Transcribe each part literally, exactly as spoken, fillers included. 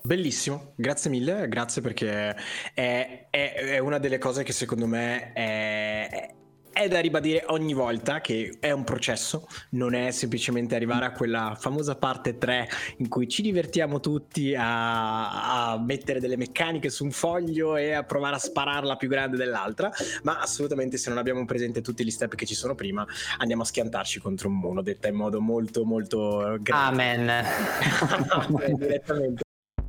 Bellissimo, grazie mille, grazie perché è, è- è una delle cose che secondo me è, è da ribadire ogni volta, che è un processo, non è semplicemente arrivare a quella famosa parte tre in cui ci divertiamo tutti a, a mettere delle meccaniche su un foglio e a provare a spararla più grande dell'altra, ma assolutamente se non abbiamo presente tutti gli step che ci sono prima andiamo a schiantarci contro un muro, detta in modo molto molto grezzo. Amen. Cioè, direttamente.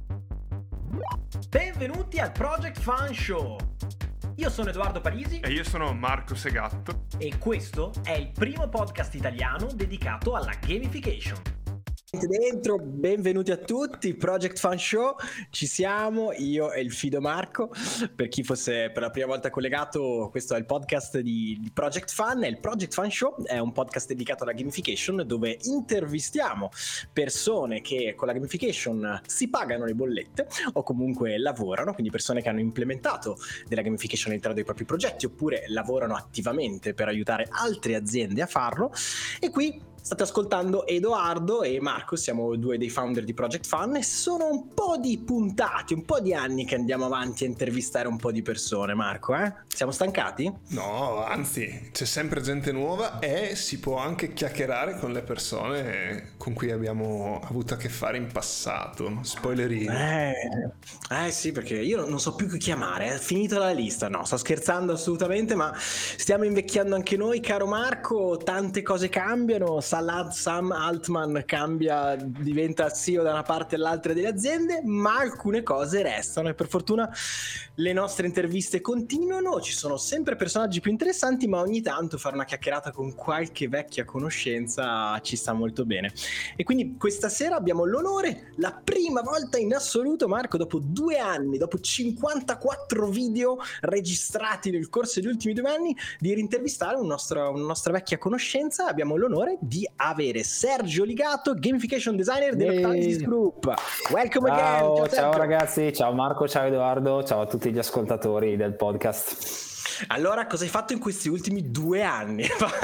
Benvenuti al Project Fun Show. Io sono Edoardo Parisi E io sono Marco Segatto. e questo è il primo podcast italiano dedicato alla gamification. Dentro, benvenuti a tutti, Project Fun Show, ci siamo, io e il fido Marco. Per chi fosse per la prima volta collegato, questo è il podcast di, di Project Fun, è il Project Fun Show, è un podcast dedicato alla gamification dove intervistiamo persone che con la gamification si pagano le bollette o comunque lavorano, quindi persone che hanno implementato della gamification all'interno dei propri progetti oppure lavorano attivamente per aiutare altre aziende a farlo. E qui state ascoltando Edoardo e Marco, siamo due dei founder di Project Fun e sono un po' di puntate, un po' di anni che andiamo avanti a intervistare un po' di persone, Marco, eh? Siamo stancati? No, anzi, c'è sempre gente nuova e si può anche chiacchierare con le persone con cui abbiamo avuto a che fare in passato. Spoilerino. Eh, eh sì, perché io non so più chi chiamare, è finita la lista, no, sto scherzando assolutamente, ma stiamo invecchiando anche noi, caro Marco, tante cose cambiano, Salah, Sam Altman cambia, diventa C E O da una parte e dall'altra delle aziende, ma alcune cose restano e per fortuna le nostre interviste continuano, ci sono sempre personaggi più interessanti, ma ogni tanto fare una chiacchierata con qualche vecchia conoscenza ci sta molto bene. E quindi questa sera abbiamo l'onore, la prima volta in assoluto, Marco, dopo due anni, dopo cinquantaquattro video registrati nel corso degli ultimi due anni, di rintervistare un nostro, una nostra vecchia conoscenza. Abbiamo l'onore di avere Sergio Ligato, gamification designer dell'Octalysis Group. Welcome Ciao, again. ciao, Sergio. ragazzi, ciao Marco, ciao Edoardo, ciao a tutti gli ascoltatori del podcast. Allora, cosa hai fatto in questi ultimi due anni?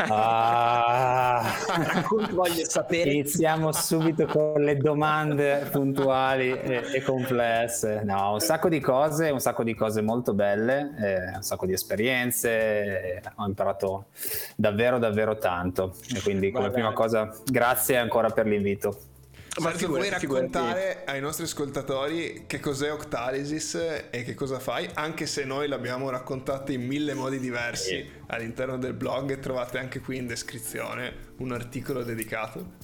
Ah, Racconti, voglio sapere. iniziamo subito con le domande puntuali e, e complesse. No, un sacco di cose, un sacco di cose molto belle, eh, un sacco di esperienze, eh, ho imparato davvero davvero tanto e quindi come Guarda, prima cosa grazie ancora per l'invito. Ma Sergio, vuoi figurati, raccontare figurati. ai nostri ascoltatori che cos'è Octalysis e che cosa fai? Anche se noi l'abbiamo raccontato in mille modi diversi all'interno del blog, trovate anche qui in descrizione un articolo dedicato.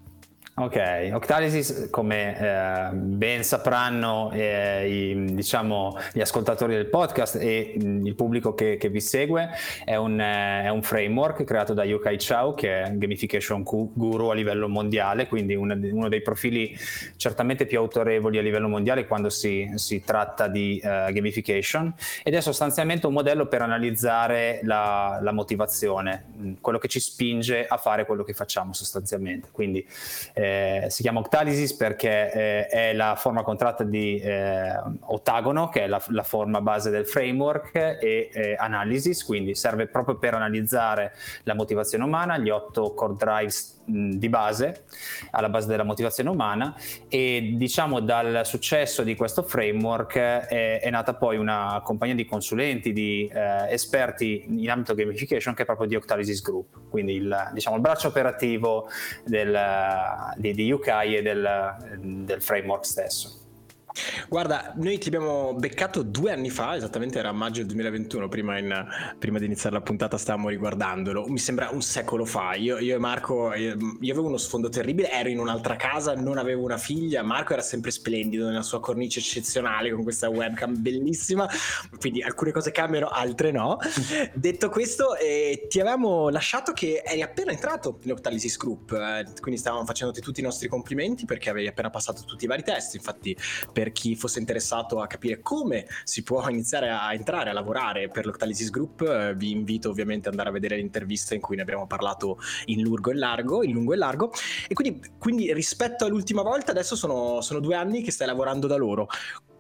Ok, Octalysis, come eh, ben sapranno eh, i, diciamo, gli ascoltatori del podcast e mh, il pubblico che, che vi segue, è un, eh, è un framework creato da Yokai Chao, che è un gamification guru a livello mondiale, quindi un, uno dei profili certamente più autorevoli a livello mondiale quando si, si tratta di uh, gamification, ed è sostanzialmente un modello per analizzare la, la motivazione, mh, quello che ci spinge a fare quello che facciamo sostanzialmente. Quindi eh, Eh, si chiama Octalysis perché eh, è la forma contratta di eh, ottagono, che è la, la forma base del framework, e eh, analysis, quindi serve proprio per analizzare la motivazione umana, gli otto core drives mh, di base, alla base della motivazione umana. E diciamo dal successo di questo framework è, è nata poi una compagnia di consulenti, di eh, esperti in ambito gamification, che è proprio di Octalysis Group, quindi il, diciamo, il braccio operativo del Di, di Yokai e del, del framework stesso. Guarda, noi ti abbiamo beccato due anni fa, esattamente era maggio del duemilaventuno, prima, in, prima di iniziare la puntata stavamo riguardandolo, mi sembra un secolo fa. Io, io e Marco, io, io avevo uno sfondo terribile, ero in un'altra casa, non avevo una figlia, Marco era sempre splendido nella sua cornice eccezionale con questa webcam bellissima, quindi alcune cose cambiano, altre no. Detto questo, eh, ti avevamo lasciato che eri appena entrato nell'Octalysis Group, eh, quindi stavamo facendoti tutti i nostri complimenti perché avevi appena passato tutti i vari test. Infatti, per chi fosse interessato a capire come si può iniziare a entrare a lavorare per l'Octalysis Group, eh, vi invito ovviamente ad andare a vedere l'intervista in cui ne abbiamo parlato in lungo e largo, in lungo e largo. E quindi, quindi rispetto all'ultima volta adesso sono, sono due anni che stai lavorando da loro.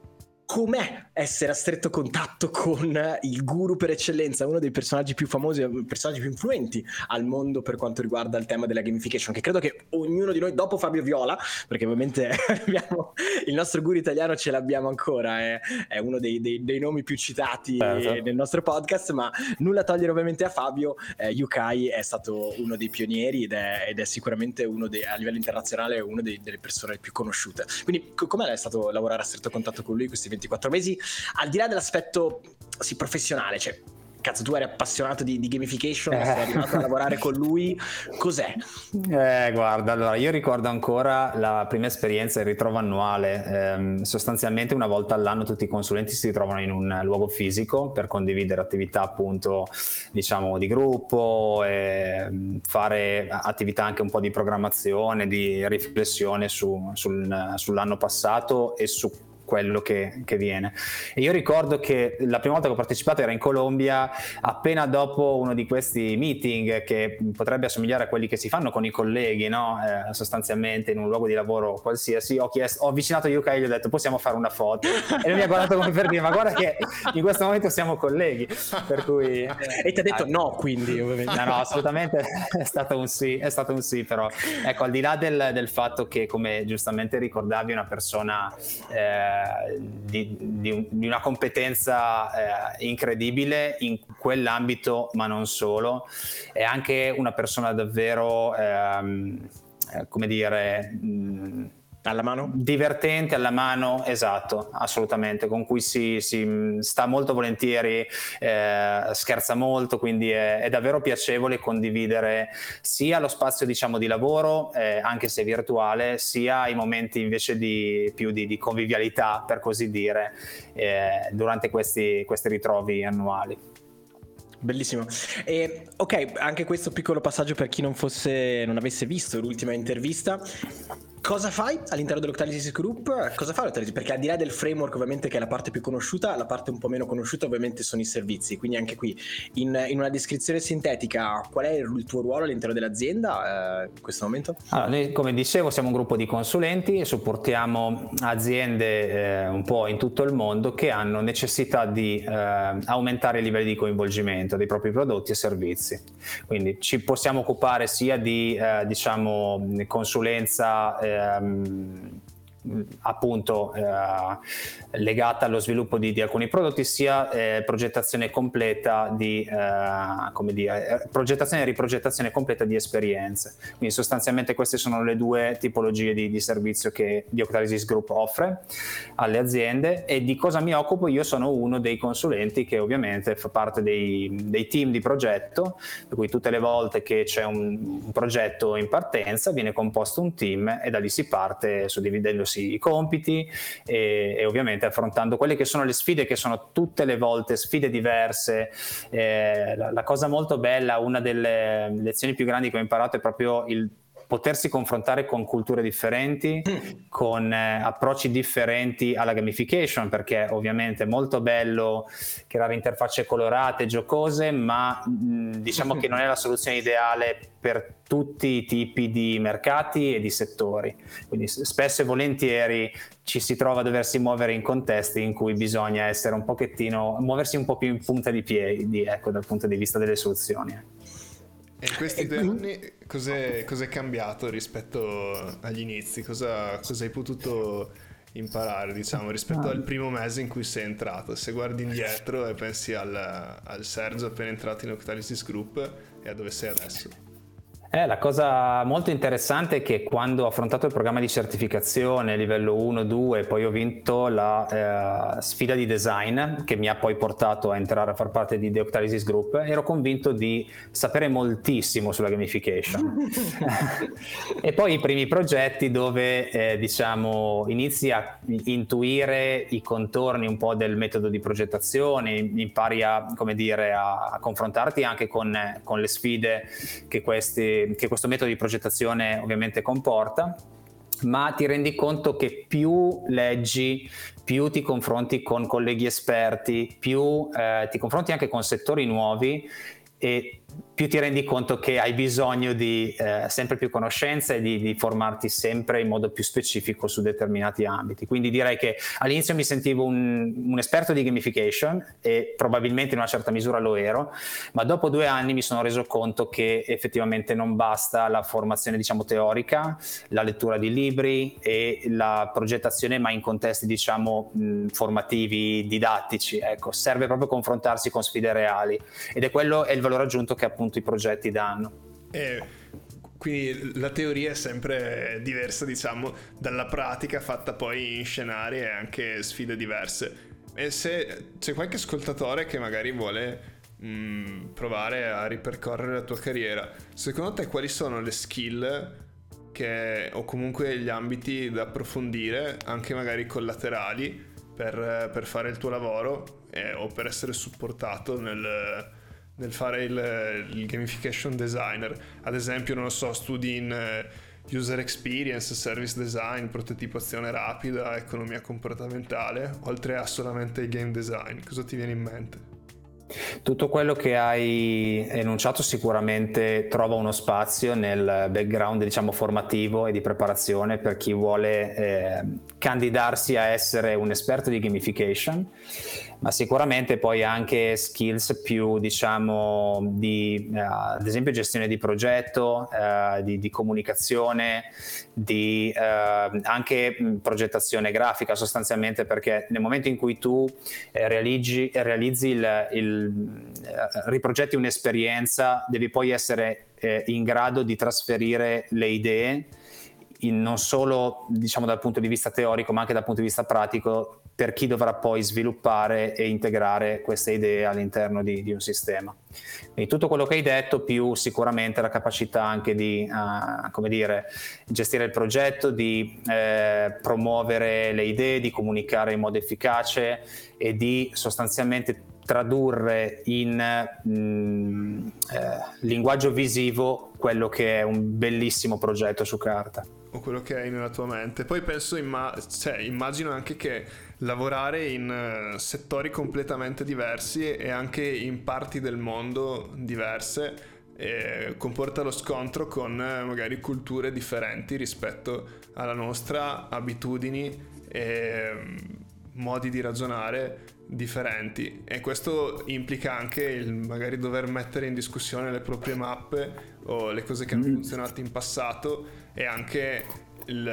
com'è essere a stretto contatto con il guru per eccellenza, uno dei personaggi più famosi, personaggi più influenti al mondo per quanto riguarda il tema della gamification, che credo che ognuno di noi, dopo Fabio Viola, perché ovviamente abbiamo, il nostro guru italiano ce l'abbiamo ancora, è, è uno dei, dei, dei nomi più citati certo. nel nostro podcast, ma nulla togliere ovviamente a Fabio, eh, Yukai è stato uno dei pionieri ed è, ed è sicuramente uno dei, a livello internazionale uno dei, delle persone più conosciute. Quindi com'è stato lavorare a stretto contatto con lui questi ventiquattro mesi, al di là dell'aspetto sì, professionale, cioè cazzo tu eri appassionato di, di gamification, eh. sei arrivato a lavorare con lui, cos'è? Eh, guarda, allora io ricordo ancora la prima esperienza, il ritrovo annuale, ehm, sostanzialmente una volta all'anno tutti i consulenti si ritrovano in un luogo fisico per condividere attività appunto diciamo di gruppo, e fare attività anche un po' di programmazione, di riflessione su, sul, sull'anno passato e su quello che, che viene. E io ricordo che la prima volta che ho partecipato era in Colombia, appena dopo uno di questi meeting che potrebbe assomigliare a quelli che si fanno con i colleghi, no? Eh, sostanzialmente in un luogo di lavoro qualsiasi. Ho chiesto, ho avvicinato Yuka e gli ho detto possiamo fare una foto, e lui mi ha guardato come per dire ma guarda che in questo momento siamo colleghi, per cui eh, e ti ha detto ah, no, quindi ovviamente no no assolutamente è stato un sì, è stato un sì, però ecco, al di là del, del fatto che, come giustamente ricordavi, una persona eh, Di, di, di una competenza eh, incredibile in quell'ambito, ma non solo, è anche una persona davvero ehm, eh, come dire mh, alla mano? Divertente, alla mano, esatto, assolutamente, con cui si, si sta molto volentieri, eh, scherza molto, quindi è, è davvero piacevole condividere sia lo spazio diciamo di lavoro, eh, anche se virtuale, sia i momenti invece di più di, di convivialità, per così dire, eh, durante questi, questi ritrovi annuali. Bellissimo. E, ok, anche questo piccolo passaggio per chi non fosse, non avesse visto l'ultima intervista. Cosa fai all'interno dell'Octalysis Group? Cosa fai l'Octalysis? Perché al di là del framework ovviamente che è la parte più conosciuta, la parte un po' meno conosciuta ovviamente sono i servizi, quindi anche qui in, in una descrizione sintetica qual è il tuo ruolo all'interno dell'azienda eh, in questo momento? Allora, noi come dicevo siamo un gruppo di consulenti e supportiamo aziende eh, un po' in tutto il mondo che hanno necessità di eh, aumentare i livelli di coinvolgimento dei propri prodotti e servizi, quindi ci possiamo occupare sia di eh, diciamo consulenza eh, Ehm, appunto eh, legata allo sviluppo di, di alcuni prodotti, sia eh, progettazione completa di eh, come dire, progettazione e riprogettazione completa di esperienze. Quindi sostanzialmente queste sono le due tipologie di, di servizio che The Octalysis Group offre alle aziende. E di cosa mi occupo? Io sono uno dei consulenti che ovviamente fa parte dei, dei team di progetto, per cui tutte le volte che c'è un, un progetto in partenza viene composto un team e da lì si parte suddividendosi i compiti e, e ovviamente affrontando quelle che sono le sfide, che sono tutte le volte sfide diverse. Eh, la, la cosa molto bella, una delle lezioni più grandi che ho imparato è proprio il potersi confrontare con culture differenti, con eh, approcci differenti alla gamification, perché ovviamente è molto bello creare interfacce colorate, giocose, ma mh, diciamo che non è la soluzione ideale per tutti i tipi di mercati e di settori. Quindi spesso e volentieri ci si trova a doversi muovere in contesti in cui bisogna essere un pochettino, muoversi un po' più in punta di piedi, ecco, dal punto di vista delle soluzioni. E in questi due anni cos'è, cos'è cambiato rispetto agli inizi? Cosa, cosa hai potuto imparare, diciamo, rispetto al primo mese in cui sei entrato? Se guardi indietro e pensi al, al Sergio appena entrato in Octalysis Group e a dove sei adesso. Eh, la cosa molto interessante è che quando ho affrontato il programma di certificazione livello uno due, poi ho vinto la eh, sfida di design che mi ha poi portato a entrare a far parte di The Octalysis Group, ero convinto di sapere moltissimo sulla gamification. E poi i primi progetti dove eh, diciamo inizi a intuire i contorni un po' del metodo di progettazione, impari a, come dire, a, a confrontarti anche con, con le sfide che questi che questo metodo di progettazione ovviamente comporta, ma ti rendi conto che più leggi, più ti confronti con colleghi esperti, più eh, ti confronti anche con settori nuovi e più ti rendi conto che hai bisogno di eh, sempre più conoscenze e di, di formarti sempre in modo più specifico su determinati ambiti. Quindi direi che all'inizio mi sentivo un, un esperto di gamification e probabilmente in una certa misura lo ero, ma dopo due anni mi sono reso conto che effettivamente non basta la formazione, diciamo, teorica, la lettura di libri e la progettazione, ma in contesti, diciamo, mh, formativi, didattici. Ecco, serve proprio confrontarsi con sfide reali, ed è quello è il valore aggiunto che appunto i progetti danno. E quindi la teoria è sempre diversa, diciamo, dalla pratica fatta poi in scenari e anche sfide diverse. E se c'è qualche ascoltatore che magari vuole mh, provare a ripercorrere la tua carriera, secondo te quali sono le skill che, o comunque gli ambiti da approfondire, anche magari collaterali, per, per fare il tuo lavoro eh, o per essere supportato nel nel fare il, il gamification designer? Ad esempio, non lo so, studi in uh, user experience, service design, prototipazione rapida, economia comportamentale, oltre a solamente il game design. Cosa ti viene in mente? Tutto quello che hai enunciato sicuramente trova uno spazio nel background, diciamo, formativo e di preparazione per chi vuole eh, candidarsi a essere un esperto di gamification, ma sicuramente poi anche skills più, diciamo, di uh, ad esempio gestione di progetto, uh, di, di comunicazione, di uh, anche progettazione grafica, sostanzialmente, perché nel momento in cui tu eh, realizzi, realizzi il, il eh, riprogetti un'esperienza, devi poi essere eh, in grado di trasferire le idee in, non solo, diciamo, dal punto di vista teorico, ma anche dal punto di vista pratico, per chi dovrà poi sviluppare e integrare queste idee all'interno di, di un sistema. Quindi tutto quello che hai detto, più sicuramente la capacità anche di uh, come dire, gestire il progetto, di eh, promuovere le idee, di comunicare in modo efficace e di sostanzialmente tradurre in mh, eh, linguaggio visivo quello che è un bellissimo progetto su carta. O quello che hai nella tua mente. Poi penso, imma- cioè, immagino anche che lavorare in uh, settori completamente diversi e anche in parti del mondo diverse eh, comporta lo scontro con eh, magari culture differenti rispetto alla nostra, abitudini e modi di ragionare differenti, e questo implica anche il magari dover mettere in discussione le proprie mappe o le cose che hanno funzionato in passato, e anche il,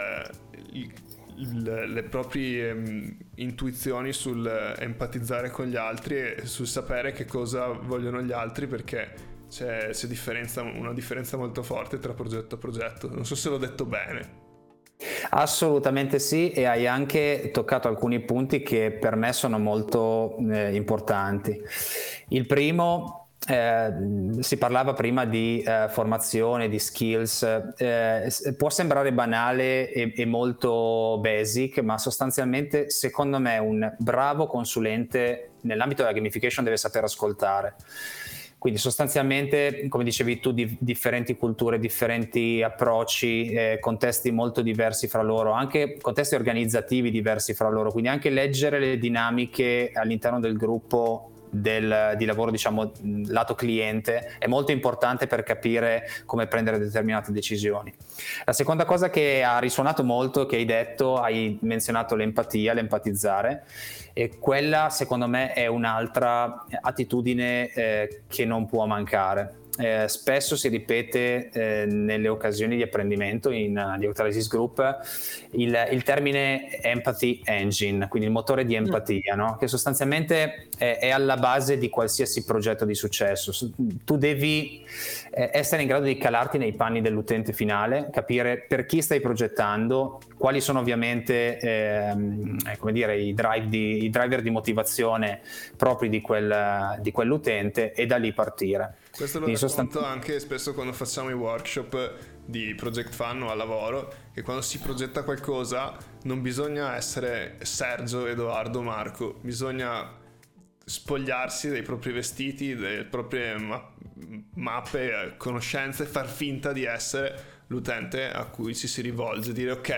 il, il, le proprie um, intuizioni sul empatizzare con gli altri e sul sapere che cosa vogliono gli altri, perché c'è, c'è differenza, una differenza molto forte tra progetto a progetto. Non so se l'ho detto bene. Assolutamente sì, e hai anche toccato alcuni punti che per me sono molto eh, importanti. Il primo, eh, si parlava prima di eh, formazione, di skills, eh, può sembrare banale e, e molto basic, ma sostanzialmente secondo me un bravo consulente nell'ambito della gamification deve saper ascoltare. Quindi sostanzialmente, come dicevi tu, di differenti culture, differenti approcci, eh, contesti molto diversi fra loro, anche contesti organizzativi diversi fra loro, quindi anche leggere le dinamiche all'interno del gruppo del, di lavoro, diciamo, lato cliente, è molto importante per capire come prendere determinate decisioni. La seconda cosa che ha risuonato molto, che hai detto, hai menzionato l'empatia, l'empatizzare, e quella secondo me è un'altra attitudine eh, che non può mancare. Eh, spesso si ripete eh, nelle occasioni di apprendimento in, uh, di Octalysis Group il, il termine empathy engine, quindi il motore di empatia, no? Che sostanzialmente è, è alla base di qualsiasi progetto di successo. Tu devi eh, essere in grado di calarti nei panni dell'utente finale, capire per chi stai progettando, quali sono ovviamente ehm, come dire, i, drive di, i driver di motivazione propri di, quel, di quell'utente, e da lì partire. Questo lo racconto anche spesso quando facciamo i workshop di Project Fun o a lavoro, che quando si progetta qualcosa non bisogna essere Sergio, Edoardo, Marco, bisogna spogliarsi dei propri vestiti, delle proprie ma- mappe, conoscenze, far finta di essere l'utente a cui ci si rivolge, dire ok,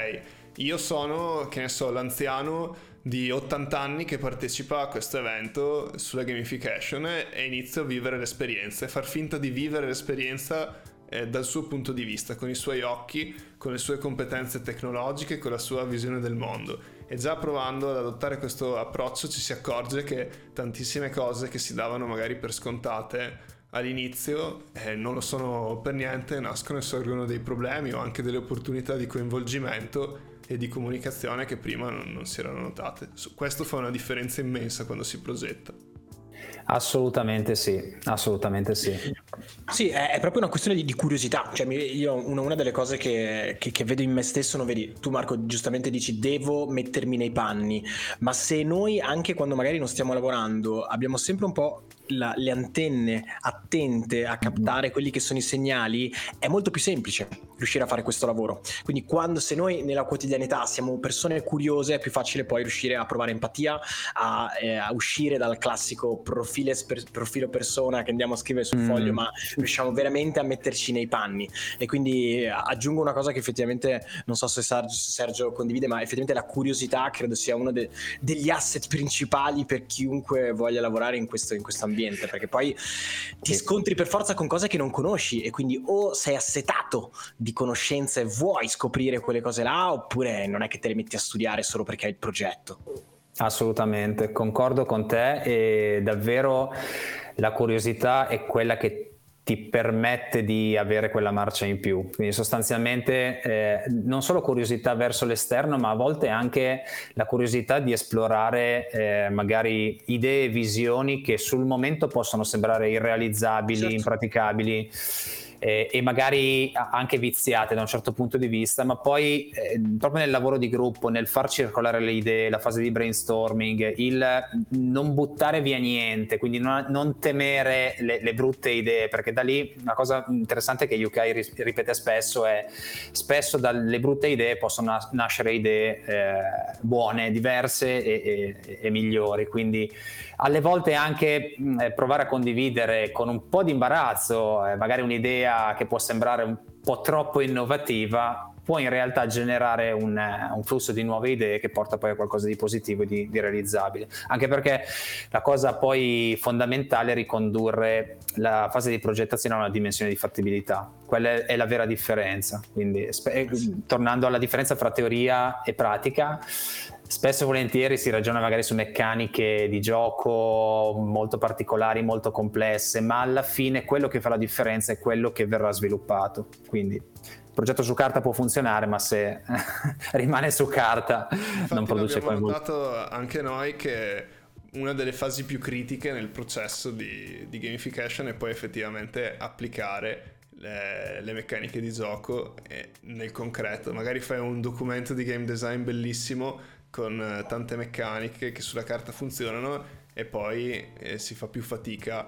io sono, che ne so, l'anziano di ottanta anni che partecipa a questo evento sulla gamification e inizio a vivere l'esperienza e far finta di vivere l'esperienza eh, dal suo punto di vista, con i suoi occhi, con le sue competenze tecnologiche, con la sua visione del mondo. E già provando ad adottare questo approccio ci si accorge che tantissime cose che si davano magari per scontate all'inizio eh, non lo sono per niente, nascono e sorgono dei problemi o anche delle opportunità di coinvolgimento e di comunicazione che prima non, non si erano notate. Questo fa una differenza immensa quando si progetta. Assolutamente sì, assolutamente sì. Sì, è, è proprio una questione di, di curiosità. Cioè, io una, una delle cose che, che, che vedo in me stesso, non vedi, tu Marco giustamente dici devo mettermi nei panni, ma se noi anche quando magari non stiamo lavorando abbiamo sempre un po' la, le antenne attente a captare quelli che sono i segnali, è molto più semplice riuscire a fare questo lavoro. Quindi quando, se noi nella quotidianità siamo persone curiose, è più facile poi riuscire a provare empatia, a, eh, a uscire dal classico profilo profilo persona che andiamo a scrivere sul foglio, mm. ma riusciamo veramente a metterci nei panni. E quindi aggiungo una cosa che effettivamente non so se Sergio, se Sergio condivide, ma effettivamente la curiosità credo sia uno de, degli asset principali per chiunque voglia lavorare in questo in questo ambiente, perché poi ti scontri per forza con cose che non conosci e quindi o sei assetato di conoscenze e vuoi scoprire quelle cose là, oppure non è che te le metti a studiare solo perché hai il progetto. Assolutamente, concordo con te, e davvero la curiosità è quella che ti permette di avere quella marcia in più. Quindi sostanzialmente eh, non solo curiosità verso l'esterno, ma a volte anche la curiosità di esplorare eh, magari idee e visioni che sul momento possono sembrare irrealizzabili, certo. impraticabili. Eh, e magari anche viziate da un certo punto di vista, ma poi eh, proprio nel lavoro di gruppo, nel far circolare le idee, la fase di brainstorming, il non buttare via niente, quindi non, non temere le, le brutte idee, perché da lì una cosa interessante che Yukai ripete spesso è spesso dalle brutte idee possono nascere idee eh, buone, diverse e, e, e migliori, quindi alle volte anche eh, provare a condividere con un po' di imbarazzo eh, magari un'idea che può sembrare un po' troppo innovativa, può in realtà generare un, un flusso di nuove idee che porta poi a qualcosa di positivo e di, di realizzabile. Anche perché la cosa poi fondamentale è ricondurre la fase di progettazione a una dimensione di fattibilità. Quella è la vera differenza. Quindi, spe- tornando alla differenza fra teoria e pratica, spesso e volentieri si ragiona magari su meccaniche di gioco molto particolari, molto complesse, ma alla fine quello che fa la differenza è quello che verrà sviluppato. Quindi il progetto su carta può funzionare, ma se rimane su carta infatti non produce abbiamo quel notato anche noi che una delle fasi più critiche nel processo di, di gamification è poi effettivamente applicare Le, le meccaniche di gioco e nel concreto. Magari fai un documento di game design bellissimo con eh, tante meccaniche che sulla carta funzionano e poi eh, si fa più fatica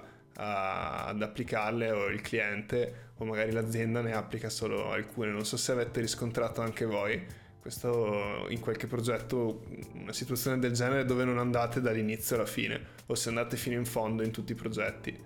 a, ad applicarle, o il cliente o magari l'azienda ne applica solo alcune. Non so se avete riscontrato anche voi questo in qualche progetto, una situazione del genere dove non andate dall'inizio alla fine o se andate fino in fondo in tutti i progetti.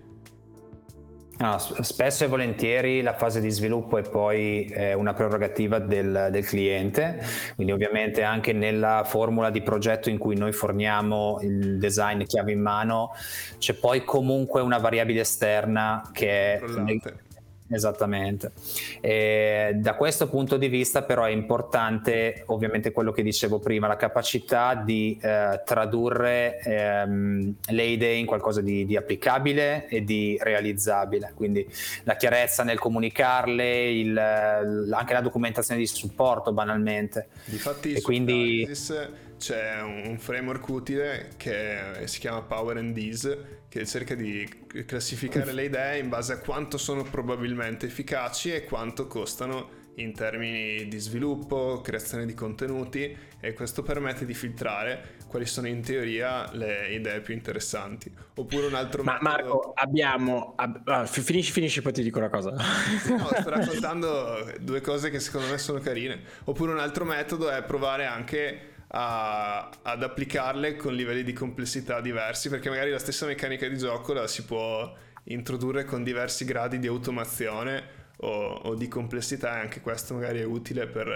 Ah, spesso e volentieri la fase di sviluppo è poi eh, una prerogativa del, del cliente, quindi ovviamente anche nella formula di progetto in cui noi forniamo il design chiave in mano c'è poi comunque una variabile esterna che è esattamente. E da questo punto di vista però è importante ovviamente quello che dicevo prima, la capacità di eh, tradurre ehm, le idee in qualcosa di, di applicabile e di realizzabile, quindi la chiarezza nel comunicarle, il, anche la documentazione di supporto banalmente. Difatti e quindi c'è un framework utile che si chiama Power and Ease, che cerca di classificare le idee in base a quanto sono probabilmente efficaci e quanto costano in termini di sviluppo, creazione di contenuti, e questo permette di filtrare quali sono in teoria le idee più interessanti. Oppure un altro Ma metodo... Marco, abbiamo... Ab... Ah, finisci, finisci, poi ti dico una cosa. No, sto raccontando due cose che secondo me sono carine. Oppure un altro metodo è provare anche A, ad applicarle con livelli di complessità diversi, perché magari la stessa meccanica di gioco la si può introdurre con diversi gradi di automazione o, o di complessità, e anche questo magari è utile per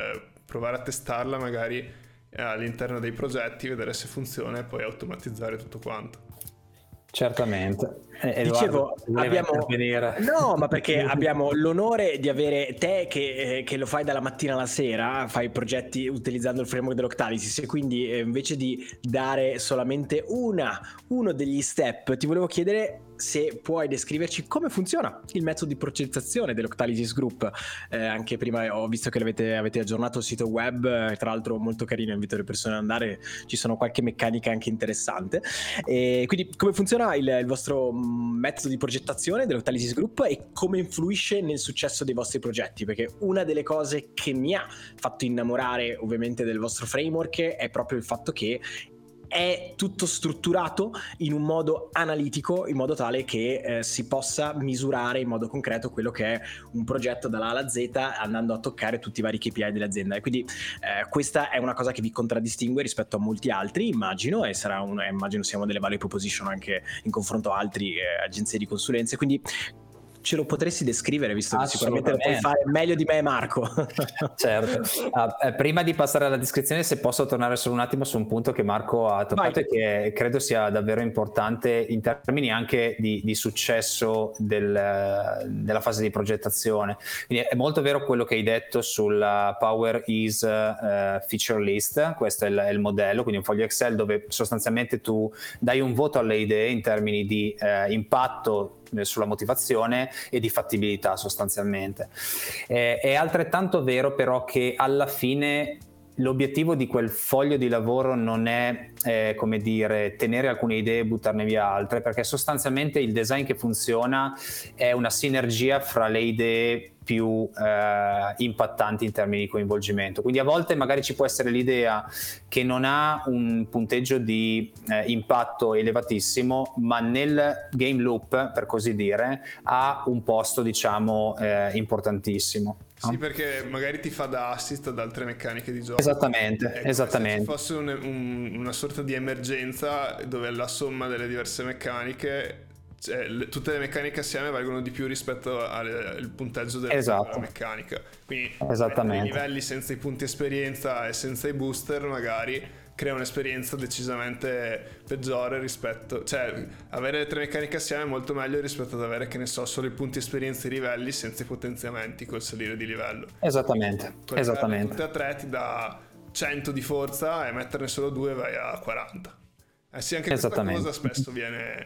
provare a testarla magari all'interno dei progetti, vedere se funziona e poi automatizzare tutto quanto. Certamente. Eh, Dicevo, abbiamo... no, ma perché abbiamo l'onore di avere te che, eh, che lo fai dalla mattina alla sera, fai progetti utilizzando il framework dell'Octalysis, e quindi eh, invece di dare solamente una, uno degli step, ti volevo chiedere se puoi descriverci come funziona il metodo di progettazione dell'Octalysis Group. Eh, anche prima ho visto che avete, avete aggiornato il sito web, eh, tra l'altro molto carino, invito le persone ad andare, ci sono qualche meccanica anche interessante. E quindi come funziona il, il vostro metodo di progettazione dell'Octalysis Group e come influisce nel successo dei vostri progetti? Perché una delle cose che mi ha fatto innamorare ovviamente del vostro framework è proprio il fatto che è tutto strutturato in un modo analitico, in modo tale che eh, si possa misurare in modo concreto quello che è un progetto dalla A alla Z, andando a toccare tutti i vari K P I dell'azienda. E quindi eh, questa è una cosa che vi contraddistingue rispetto a molti altri, immagino, e sarà un, eh, immagino siamo delle value proposition anche in confronto a altri eh, agenzie di consulenze. Quindi ce lo potresti descrivere, visto che sicuramente lo puoi fare meglio di me e Marco. Certo. Uh, eh, prima di passare alla descrizione, se posso tornare solo un attimo su un punto che Marco ha toccato e che credo sia davvero importante in termini anche di, di successo del, della fase di progettazione. Quindi è molto vero quello che hai detto sulla Power is uh, Feature List. Questo è il, è il modello, quindi un foglio Excel dove sostanzialmente tu dai un voto alle idee in termini di uh, impatto sulla motivazione e di fattibilità sostanzialmente. Eh, è altrettanto vero però che alla fine l'obiettivo di quel foglio di lavoro non è eh, come dire tenere alcune idee e buttarne via altre, perché sostanzialmente il design che funziona è una sinergia fra le idee più eh, impattanti in termini di coinvolgimento. Quindi a volte magari ci può essere l'idea che non ha un punteggio di eh, impatto elevatissimo, ma nel game loop, per così dire, ha un posto, diciamo, eh, importantissimo. Sì, perché magari ti fa da assist ad altre meccaniche di gioco. Esattamente, ecco, esattamente. Se ci fosse un, un, una sorta di emergenza dove la somma delle diverse meccaniche, cioè, le, tutte le meccaniche assieme valgono di più rispetto al, al punteggio della, esatto. della meccanica. Quindi esattamente. i livelli senza i punti esperienza e senza i booster magari crea un'esperienza decisamente peggiore rispetto, cioè avere le tre meccaniche assieme è molto meglio rispetto ad avere, che ne so, solo i punti esperienza e i livelli senza i potenziamenti col salire di livello. Esattamente, Perché esattamente. tutte a tre ti dà cento di forza e metterne solo due vai a quaranta. Eh sì, anche questa cosa spesso viene,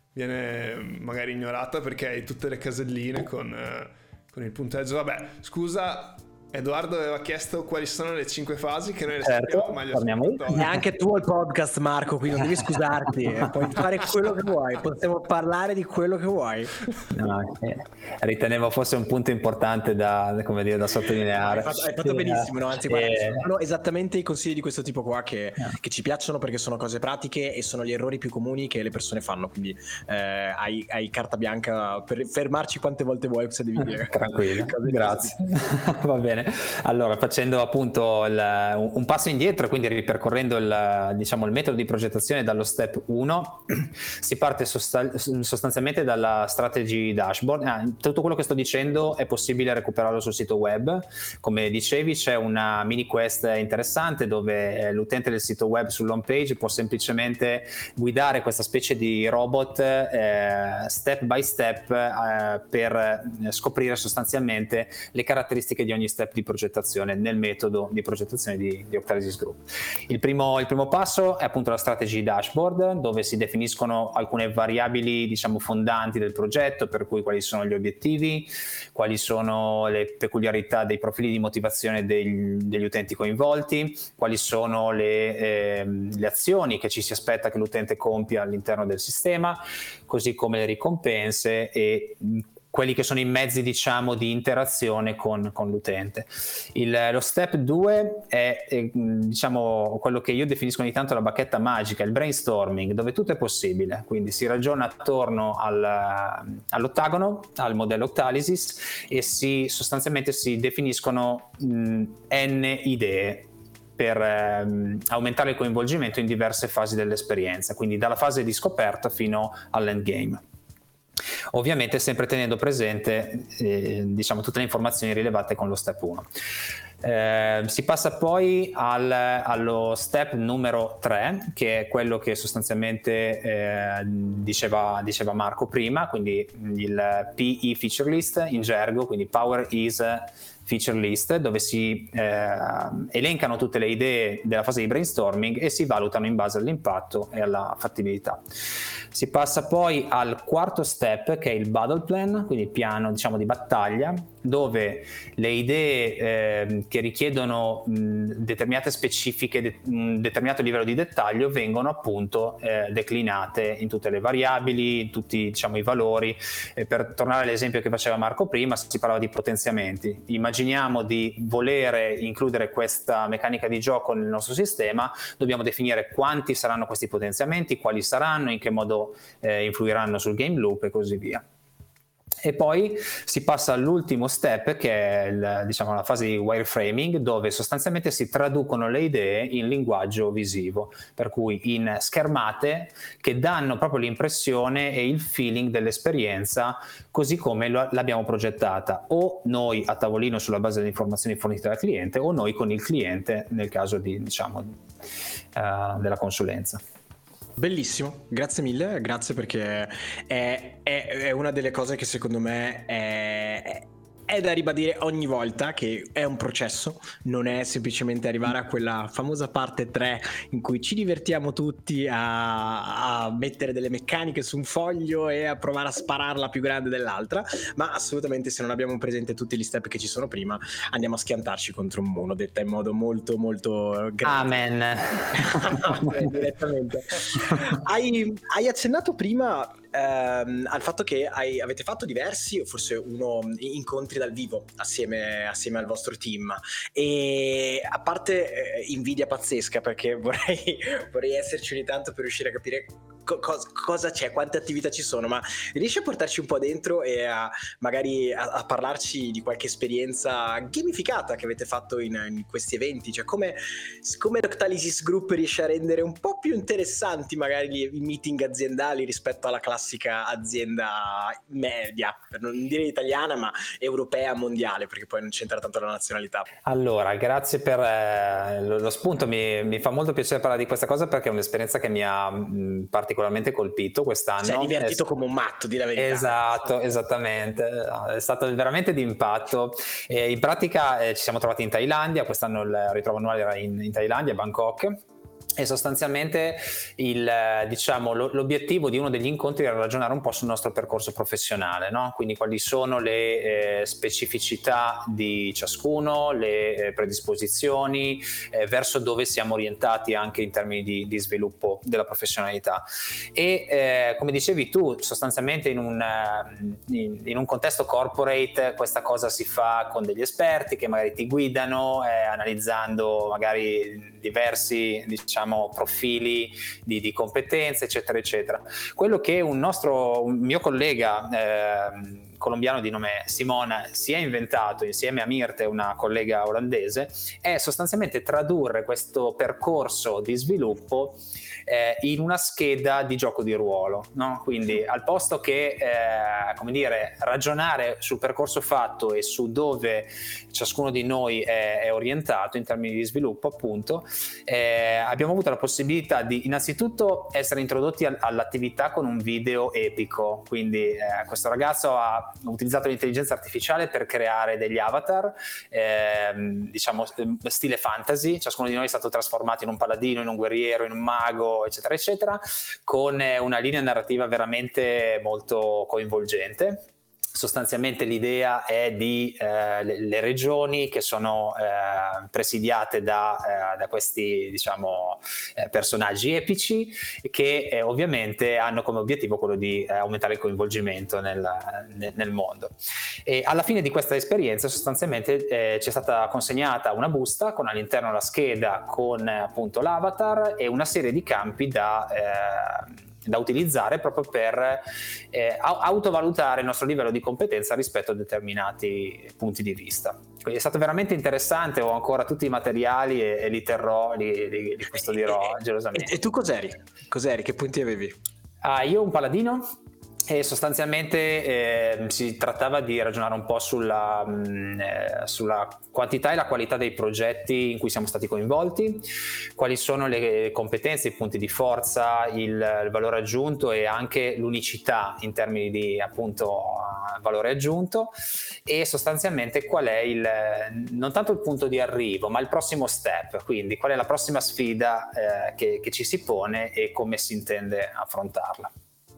viene magari ignorata perché hai tutte le caselline con, eh, con il punteggio. Vabbè, scusa, Edoardo aveva chiesto quali sono le cinque fasi che noi le certo, sappiamo, ma gli è anche tu il podcast, Marco, quindi non devi scusarti, puoi fare quello che vuoi, possiamo parlare di quello che vuoi. No, eh, ritenevo fosse un punto importante da, come dire, da sottolineare. Hai fatto, hai fatto benissimo, no? Anzi, guarda, eh, sono esattamente i consigli di questo tipo qua che, no. che ci piacciono, perché sono cose pratiche e sono gli errori più comuni che le persone fanno, quindi eh, hai, hai carta bianca per fermarci quante volte vuoi se devi dire. Tranquillo, grazie. Va bene. Allora, facendo appunto il, un passo indietro, quindi ripercorrendo il, diciamo, il metodo di progettazione dallo step uno, si parte sosta- sostanzialmente dalla strategy dashboard. Ah, tutto quello che sto dicendo è possibile recuperarlo sul sito web. Come dicevi, c'è una mini quest interessante dove l'utente del sito web sull'home page può semplicemente guidare questa specie di robot eh, step by step eh, per scoprire sostanzialmente le caratteristiche di ogni step di progettazione nel metodo di progettazione di, di Octalysis Group. Il primo, il primo passo è appunto la strategy dashboard, dove si definiscono alcune variabili, diciamo, fondanti del progetto, per cui quali sono gli obiettivi, quali sono le peculiarità dei profili di motivazione degli, degli utenti coinvolti, quali sono le, eh, le azioni che ci si aspetta che l'utente compia all'interno del sistema, così come le ricompense e quelli che sono i mezzi, diciamo, di interazione con, con l'utente. Il, lo step due è, è diciamo quello che io definisco ogni tanto la bacchetta magica, il brainstorming, dove tutto è possibile, quindi si ragiona attorno al, all'ottagono, al modello Octalysis, e si sostanzialmente si definiscono mh, n idee per ehm, aumentare il coinvolgimento in diverse fasi dell'esperienza, quindi dalla fase di scoperta fino all'endgame. Ovviamente sempre tenendo presente eh, diciamo tutte le informazioni rilevate con lo step uno. Eh, si passa poi al, allo step numero tre, che è quello che sostanzialmente eh, diceva, diceva Marco prima, quindi il P E feature list in gergo, quindi Power is feature list, dove si eh, elencano tutte le idee della fase di brainstorming e si valutano in base all'impatto e alla fattibilità. Si passa poi al quarto step, che è il battle plan, quindi il piano, diciamo, di battaglia, dove le idee eh, che richiedono mh, determinate specifiche, de- un determinato livello di dettaglio vengono appunto eh, declinate in tutte le variabili, in tutti, diciamo, i valori. E per tornare all'esempio che faceva Marco prima, si parlava di potenziamenti. Immaginiamo di volere includere questa meccanica di gioco nel nostro sistema, dobbiamo definire quanti saranno questi potenziamenti, quali saranno, in che modo eh, influiranno sul game loop e così via. E poi si passa all'ultimo step, che è il, diciamo, la fase di wireframing, dove sostanzialmente si traducono le idee in linguaggio visivo, per cui in schermate che danno proprio l'impressione e il feeling dell'esperienza così come lo, l'abbiamo progettata, o noi a tavolino sulla base delle informazioni fornite dal cliente, o noi con il cliente nel caso di, diciamo, uh, della consulenza. Bellissimo, grazie mille, grazie, perché è, è, è una delle cose che secondo me è, è, è da ribadire ogni volta, che è un processo, non è semplicemente arrivare a quella famosa parte tre in cui ci divertiamo tutti a, a mettere delle meccaniche su un foglio e a provare a spararla più grande dell'altra, ma assolutamente, se non abbiamo presente tutti gli step che ci sono prima, andiamo a schiantarci contro un muro, detta in modo molto molto grande. Amen. Amen, direttamente. hai, hai accennato prima ehm, al fatto che hai, avete fatto diversi, o forse uno, incontri dal vivo assieme, assieme al vostro team, e a parte eh, invidia pazzesca, perché vorrei, vorrei esserci ogni tanto per riuscire a capire co- cosa, cosa c'è, quante attività ci sono, ma riesci a portarci un po' dentro e a magari a, a parlarci di qualche esperienza gamificata che avete fatto in, in questi eventi, cioè come, come l'Octalysis Group riesce a rendere un po' più interessanti magari i meeting aziendali rispetto alla classica azienda media, per non dire italiana ma europea, mondiale, perché poi non c'entra tanto la nazionalità. Allora, grazie per eh, lo, lo spunto, mi, mi fa molto piacere parlare di questa cosa, perché è un'esperienza che mi ha mh, particolarmente colpito quest'anno. Sei divertito è... come un matto, di la verità. Esatto, esattamente, è stato veramente di impatto. E in pratica eh, ci siamo trovati in Thailandia, quest'anno il ritrovo annuale era in, in Thailandia, a Bangkok. E sostanzialmente il, diciamo, lo, l'obiettivo di uno degli incontri era ragionare un po' sul nostro percorso professionale, no? Quindi quali sono le eh, specificità di ciascuno, le eh, predisposizioni, eh, verso dove siamo orientati anche in termini di, di sviluppo della professionalità. E eh, come dicevi tu, sostanzialmente in un, in, in un contesto corporate questa cosa si fa con degli esperti che magari ti guidano, eh, analizzando magari diversi, diciamo, profili di, di competenze, eccetera eccetera. Quello che un nostro un mio collega eh, colombiano di nome Simona si è inventato insieme a Mirte, una collega olandese, è sostanzialmente tradurre questo percorso di sviluppo eh, in una scheda di gioco di ruolo, no? Quindi al posto che eh, come dire, ragionare sul percorso fatto e su dove ciascuno di noi è, è orientato in termini di sviluppo, appunto, eh, abbiamo avuto la possibilità di innanzitutto essere introdotti all- all'attività con un video epico. Quindi eh, questo ragazzo ha utilizzato l'intelligenza artificiale per creare degli avatar, ehm, diciamo stile fantasy. Ciascuno di noi è stato trasformato in un paladino, in un guerriero, in un mago, eccetera eccetera, con una linea narrativa veramente molto coinvolgente. Sostanzialmente l'idea è di eh, le, le regioni che sono eh, presidiate da, eh, da questi, diciamo, eh, personaggi epici che eh, ovviamente hanno come obiettivo quello di eh, aumentare il coinvolgimento nel, nel, nel mondo. E alla fine di questa esperienza sostanzialmente eh, ci è stata consegnata una busta con all'interno la scheda con appunto l'avatar e una serie di campi da eh, da utilizzare proprio per eh, autovalutare il nostro livello di competenza rispetto a determinati punti di vista. Quindi è stato veramente interessante, ho ancora tutti i materiali e, e li terrò, li, li, li custodirò gelosamente. E, e tu cos'eri? Cos'eri? Che punti avevi? Ah, io un paladino. e sostanzialmente eh, si trattava di ragionare un po' sulla, mh, eh, sulla quantità e la qualità dei progetti in cui siamo stati coinvolti, quali sono le competenze, i punti di forza, il, il valore aggiunto e anche l'unicità in termini di appunto valore aggiunto, e sostanzialmente qual è il, non tanto il punto di arrivo ma il prossimo step, quindi qual è la prossima sfida eh, che, che ci si pone e come si intende affrontarla.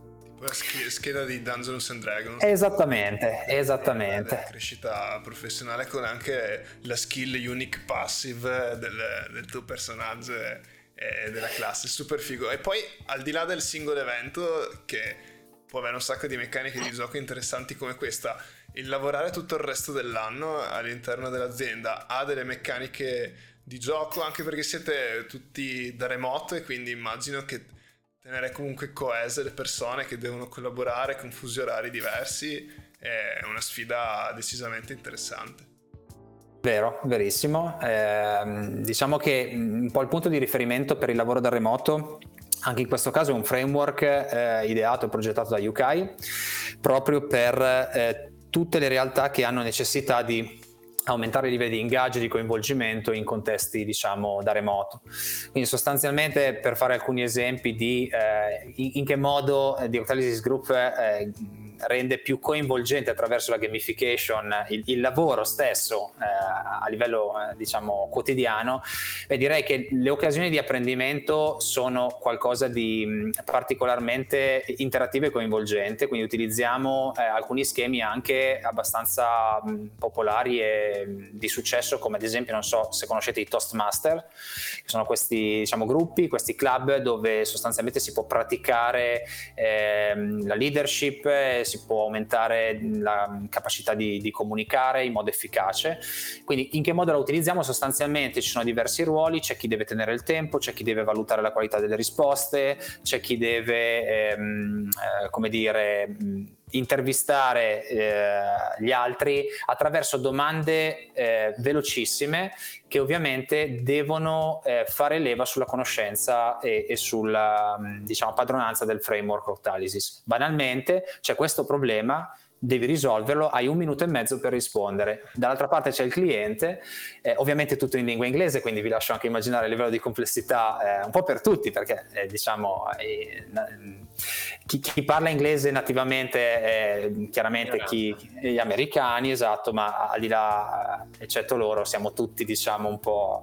La scheda di Dungeons and Dragons. Esattamente, esattamente. La crescita professionale con anche la skill unique passive del, del tuo personaggio e della classe, super figo. E poi al di là del singolo evento, che può avere un sacco di meccaniche di gioco interessanti come questa, il lavorare tutto il resto dell'anno all'interno dell'azienda ha delle meccaniche di gioco, anche perché siete tutti da remoto e quindi immagino che tenere comunque coese le persone che devono collaborare con fusi orari diversi è una sfida decisamente interessante. Vero, verissimo. Eh, diciamo che un po' il punto di riferimento per il lavoro da remoto anche in questo caso è un framework eh, ideato e progettato da Yukai proprio per eh, tutte le realtà che hanno necessità di aumentare i livelli di ingaggio e di coinvolgimento in contesti diciamo da remoto. Quindi sostanzialmente, per fare alcuni esempi di eh, in, in che modo The Octalysis Group eh, rende più coinvolgente attraverso la gamification il, il lavoro stesso eh, a livello eh, diciamo quotidiano, beh, direi che le occasioni di apprendimento sono qualcosa di mh, particolarmente interattivo e coinvolgente, quindi utilizziamo eh, alcuni schemi anche abbastanza mh, popolari e mh, di successo, come ad esempio, non so se conoscete i Toastmaster, che sono questi diciamo gruppi, questi club dove sostanzialmente si può praticare eh, la leadership, eh, si può aumentare la capacità di, di comunicare in modo efficace. Quindi in che modo la utilizziamo? Sostanzialmente ci sono diversi ruoli, c'è chi deve tenere il tempo, c'è chi deve valutare la qualità delle risposte, c'è chi deve ehm, eh, come dire intervistare eh, gli altri attraverso domande eh, velocissime che ovviamente devono eh, fare leva sulla conoscenza e, e sulla diciamo padronanza del framework Octalysis. Banalmente c'è questo problema, devi risolverlo, hai un minuto e mezzo per rispondere. Dall'altra parte c'è il cliente, eh, ovviamente tutto in lingua inglese, quindi vi lascio anche immaginare il livello di complessità eh, un po' per tutti, perché eh, diciamo eh, chi, chi parla inglese nativamente è chiaramente chi, gli americani, esatto, ma al di là, eccetto loro, siamo tutti diciamo un po'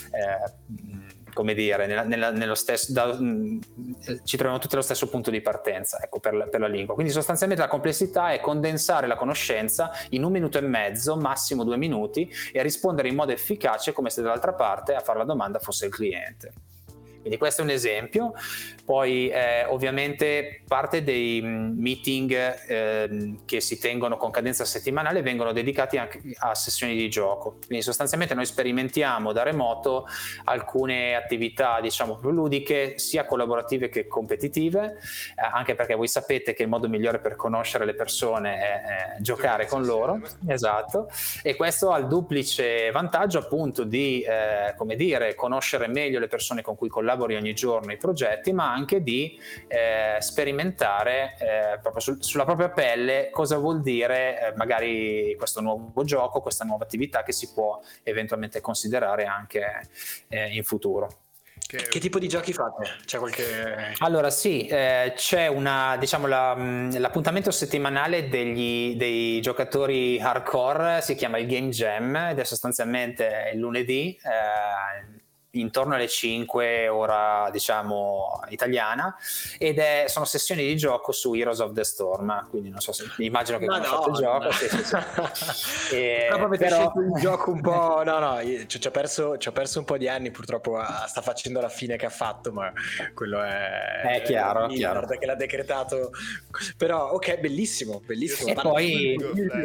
eh, come dire, nella, nella, nello stesso, da, mh, ci troviamo tutti allo stesso punto di partenza, ecco, per la, per la lingua. Quindi sostanzialmente la complessità è condensare la conoscenza in un minuto e mezzo, massimo due minuti, e rispondere in modo efficace come se dall'altra parte a fare la domanda fosse il cliente. Quindi questo è un esempio. Poi eh, ovviamente parte dei meeting eh, che si tengono con cadenza settimanale vengono dedicati anche a sessioni di gioco. Quindi sostanzialmente noi sperimentiamo da remoto alcune attività diciamo più ludiche, sia collaborative che competitive, eh, anche perché voi sapete che il modo migliore per conoscere le persone è, è giocare con loro. Esatto. E questo ha il duplice vantaggio appunto di eh, come dire, conoscere meglio le persone con cui collaborare ogni giorno i progetti, ma anche di eh, sperimentare eh, proprio sul, sulla propria pelle cosa vuol dire eh, magari questo nuovo gioco, questa nuova attività che si può eventualmente considerare anche eh, in futuro. Che... che tipo di giochi fate? C'è qualche... Allora sì, eh, c'è una diciamo la, l'appuntamento settimanale degli, dei giocatori hardcore, si chiama il Game Jam ed è sostanzialmente il lunedì eh, intorno alle cinque ora diciamo italiana, ed è, sono sessioni di gioco su Heroes of the Storm, quindi non so se immagino che conosciate il gioco. Sì, sì, sì. E, purtroppo avete però... scelto un gioco un po' no no ci, ci, ho perso, ci ho perso un po' di anni, purtroppo sta facendo la fine che ha fatto, ma quello è è chiaro, è chiaro. che l'ha decretato, però ok, bellissimo bellissimo. E poi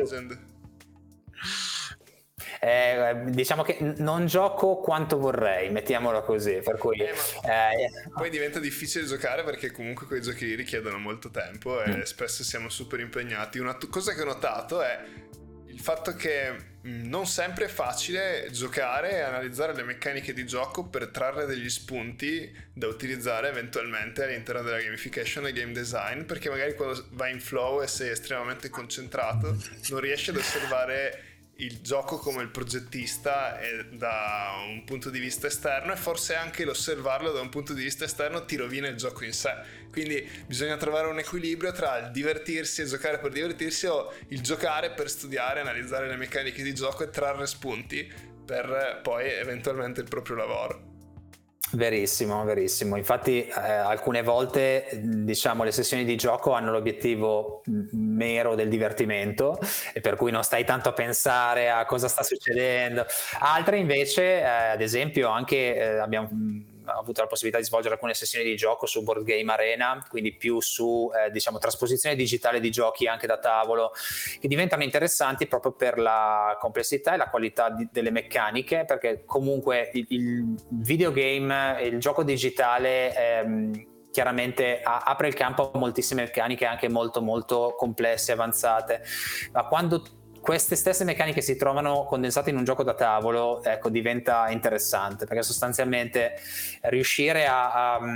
Eh, diciamo che non gioco quanto vorrei, mettiamolo così, per cui eh, eh, poi diventa difficile giocare perché comunque quei giochi richiedono molto tempo e mm. spesso siamo super impegnati. Una t- cosa che ho notato è il il fatto che non sempre è facile giocare e analizzare le meccaniche di gioco per trarre degli spunti da utilizzare eventualmente all'interno della gamification e game design, perché magari quando vai in flow e sei estremamente concentrato non riesci ad osservare il gioco come il progettista e da un punto di vista esterno, e forse anche l'osservarlo da un punto di vista esterno ti rovina il gioco in sé. Quindi bisogna trovare un equilibrio tra il divertirsi e giocare per divertirsi, o il giocare per studiare, analizzare le meccaniche di gioco e trarre spunti per poi eventualmente il proprio lavoro. Verissimo, verissimo. Infatti eh, alcune volte, diciamo, le sessioni di gioco hanno l'obiettivo mero del divertimento, e per cui non stai tanto a pensare a cosa sta succedendo. Altre invece, eh, ad esempio, anche eh, abbiamo avuto la possibilità di svolgere alcune sessioni di gioco su Board Game Arena, quindi più su eh, diciamo trasposizione digitale di giochi anche da tavolo, che diventano interessanti proprio per la complessità e la qualità di, delle meccaniche, perché comunque il, il videogame, il gioco digitale ehm, chiaramente a, apre il campo a moltissime meccaniche anche molto molto complesse, avanzate, ma quando queste stesse meccaniche si trovano condensate in un gioco da tavolo, ecco, diventa interessante, perché sostanzialmente riuscire a, a,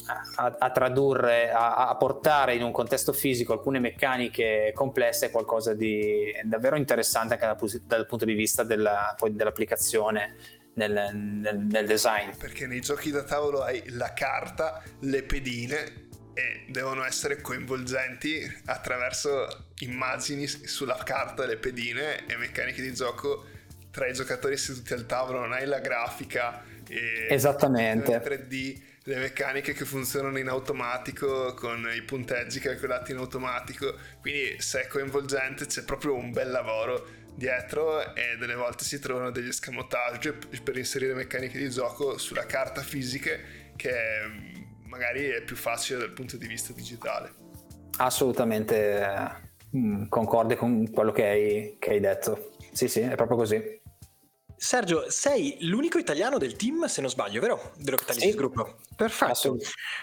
a, a tradurre, a, a portare in un contesto fisico alcune meccaniche complesse è qualcosa di davvero interessante anche dal, dal punto di vista della, poi dell'applicazione nel, nel, nel design. Perché nei giochi da tavolo hai la carta, le pedine, e devono essere coinvolgenti attraverso immagini sulla carta, le pedine e meccaniche di gioco tra i giocatori seduti al tavolo. Non hai la grafica e esattamente in tre D, le meccaniche che funzionano in automatico con i punteggi calcolati in automatico, quindi se è coinvolgente c'è proprio un bel lavoro dietro, e delle volte si trovano degli escamotage per inserire meccaniche di gioco sulla carta fisiche che magari è più facile dal punto di vista digitale. Assolutamente mh, concorde con quello che hai, che hai detto. Sì, sì, è proprio così. Sergio, sei l'unico italiano del team, se non sbaglio, vero? Dell'Octalysis Sì. Group. Perfetto.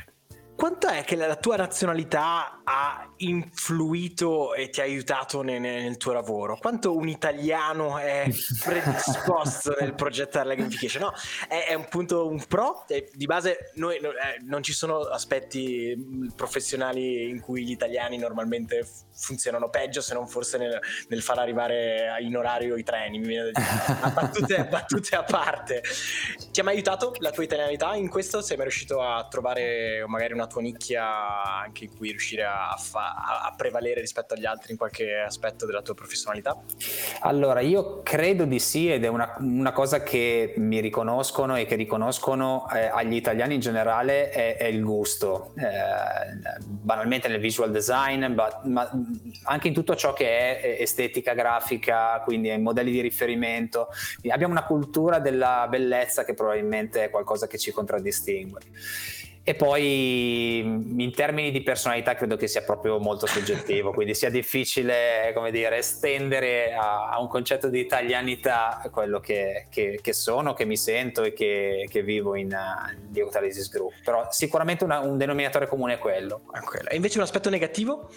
Quanto è che la tua nazionalità ha influito e ti ha aiutato nel, nel tuo lavoro? Quanto un italiano è predisposto nel progettare la gamification? No, è, è un punto, un pro. Di base noi, eh, non ci sono aspetti professionali in cui gli italiani normalmente funzionano peggio, se non forse nel, nel far arrivare in orario i treni. Mi viene da dire. A battute, battute a parte. Ti ha mai aiutato la tua italianità in questo? Sei mai riuscito a trovare magari una tua nicchia anche in cui riuscire a, fa- a prevalere rispetto agli altri in qualche aspetto della tua professionalità? Allora, io credo di sì, ed è una, una cosa che mi riconoscono e che riconoscono eh, agli italiani in generale è, è il gusto, eh, banalmente nel visual design, ma, ma anche in tutto ciò che è estetica grafica, quindi ai modelli di riferimento. Abbiamo una cultura della bellezza che probabilmente è qualcosa che ci contraddistingue. E poi in termini di personalità credo che sia proprio molto soggettivo, quindi sia difficile, come dire, estendere a, a un concetto di italianità quello che, che, che sono, che mi sento e che, che vivo in uh, The Octalysis Group. Però sicuramente una, un denominatore comune è quello. E invece un aspetto negativo?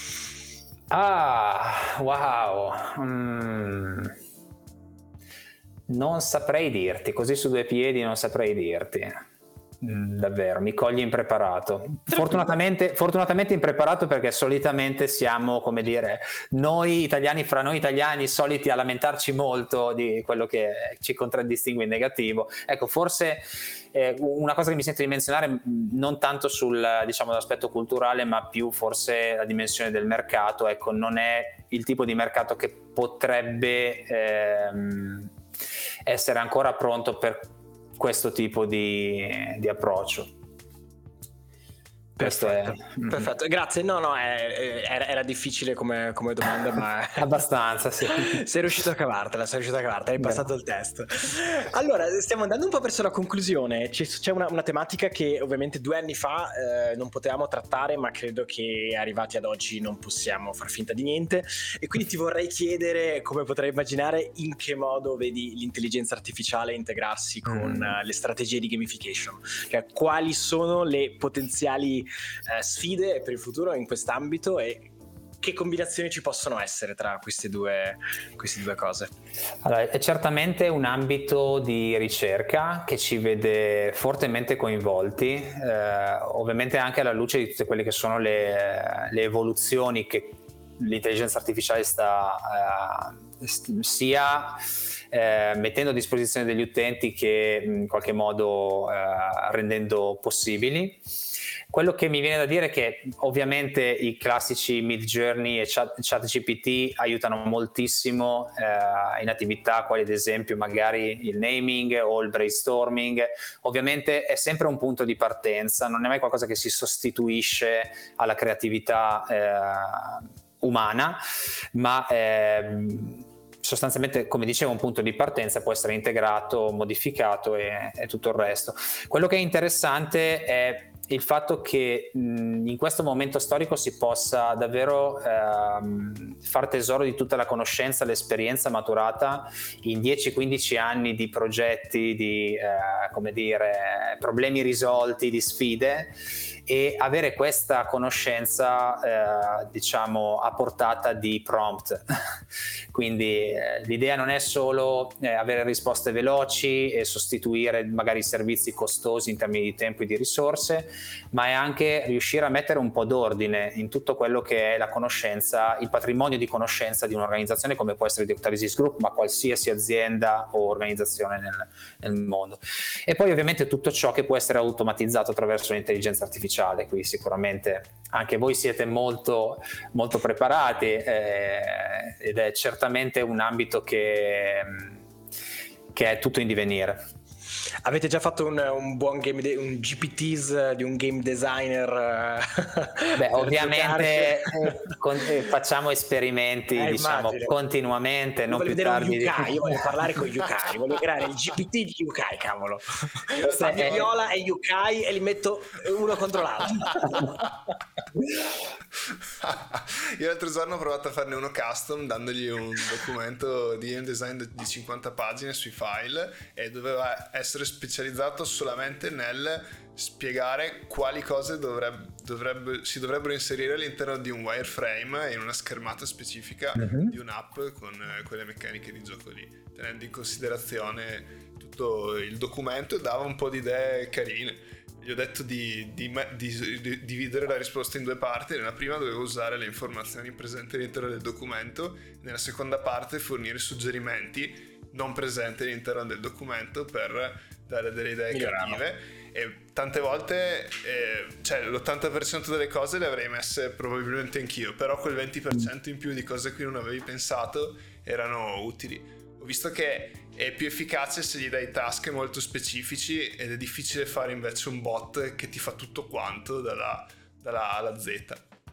Ah, wow. Mm. Non saprei dirti, così su due piedi non saprei dirti. Davvero, mi cogli impreparato. Fortunatamente, fortunatamente impreparato, perché solitamente siamo, come dire, noi italiani fra noi italiani soliti a lamentarci molto di quello che ci contraddistingue in negativo. Ecco, forse eh, una cosa che mi sento di menzionare, non tanto sul, diciamo, l'aspetto culturale, ma più forse la dimensione del mercato. Ecco, non è il tipo di mercato che potrebbe ehm, essere ancora pronto per questo tipo di, di approccio. Questo Perfetto, è... perfetto. Grazie. No, no, è, è, era difficile come, come domanda, ma abbastanza, sì. Sei riuscito a cavartela, sei riuscito a cavartela, hai passato il test. Allora, stiamo andando un po' verso la conclusione. C'è una, una tematica che ovviamente due anni fa eh, non potevamo trattare, ma credo che arrivati ad oggi non possiamo far finta di niente. E quindi ti vorrei chiedere, come potrai immaginare, in che modo vedi l'intelligenza artificiale integrarsi con mm. uh, le strategie di gamification. Cioè, quali sono le potenziali Eh, sfide per il futuro in quest'ambito, e che combinazioni ci possono essere tra queste due, queste due cose? Allora, è certamente un ambito di ricerca che ci vede fortemente coinvolti, eh, ovviamente anche alla luce di tutte quelle che sono le, le evoluzioni che l'intelligenza artificiale sta eh, st- sia eh, mettendo a disposizione degli utenti che in qualche modo eh, rendendo possibili. Quello che mi viene da dire è che ovviamente i classici Midjourney e Chat, ChatGPT aiutano moltissimo eh, in attività quali ad esempio magari il naming o il brainstorming. Ovviamente è sempre un punto di partenza, non è mai qualcosa che si sostituisce alla creatività eh, umana, ma eh, sostanzialmente, come dicevo, un punto di partenza può essere integrato, modificato e, e tutto il resto. Quello che è interessante è il fatto che mh, in questo momento storico si possa davvero ehm, far tesoro di tutta la conoscenza, l'esperienza maturata in dieci quindici anni di progetti, di eh, come dire, problemi risolti, di sfide, e avere questa conoscenza eh, diciamo a portata di prompt. Quindi eh, l'idea non è solo eh, avere risposte veloci e sostituire magari servizi costosi in termini di tempo e di risorse, ma è anche riuscire a mettere un po' d'ordine in tutto quello che è la conoscenza, il patrimonio di conoscenza di un'organizzazione come può essere The Octalysis Group, ma qualsiasi azienda o organizzazione nel, nel mondo. E poi ovviamente tutto ciò che può essere automatizzato attraverso l'intelligenza artificiale. Qui sicuramente anche voi siete molto, molto preparati eh, ed è certamente un ambito che, che è tutto in divenire. Avete già fatto un, un buon game de- un G P Ts di un game designer? Beh, ovviamente eh, con, eh, facciamo esperimenti eh, diciamo immagino. continuamente. Io non voglio più vedere tardi un Yukai, di... io voglio parlare con Yukai, voglio creare il G P T di Yukai, cavolo. Fabio Viola e Yukai e li metto uno contro l'altro. Io l'altro giorno ho provato a farne uno custom dandogli un documento di game design di cinquanta pagine sui file e doveva essere specializzato solamente nel spiegare quali cose dovrebbe, dovrebbe, si dovrebbero inserire all'interno di un wireframe in una schermata specifica uh-huh. di un'app con eh, quelle meccaniche di gioco lì, tenendo in considerazione tutto il documento, e dava un po' di idee carine. Gli ho detto di, di, di, di dividere la risposta in due parti. Nella prima dovevo usare le informazioni presenti all'interno del documento, nella seconda parte fornire suggerimenti non presenti all'interno del documento per dare delle idee Migliorano. creative. E tante volte eh, cioè l'ottanta per cento delle cose le avrei messe probabilmente anch'io, però quel venti per cento in più di cose a cui non avevi pensato erano utili. Ho visto che è più efficace se gli dai task molto specifici ed è difficile fare invece un bot che ti fa tutto quanto dalla, dalla A alla Z.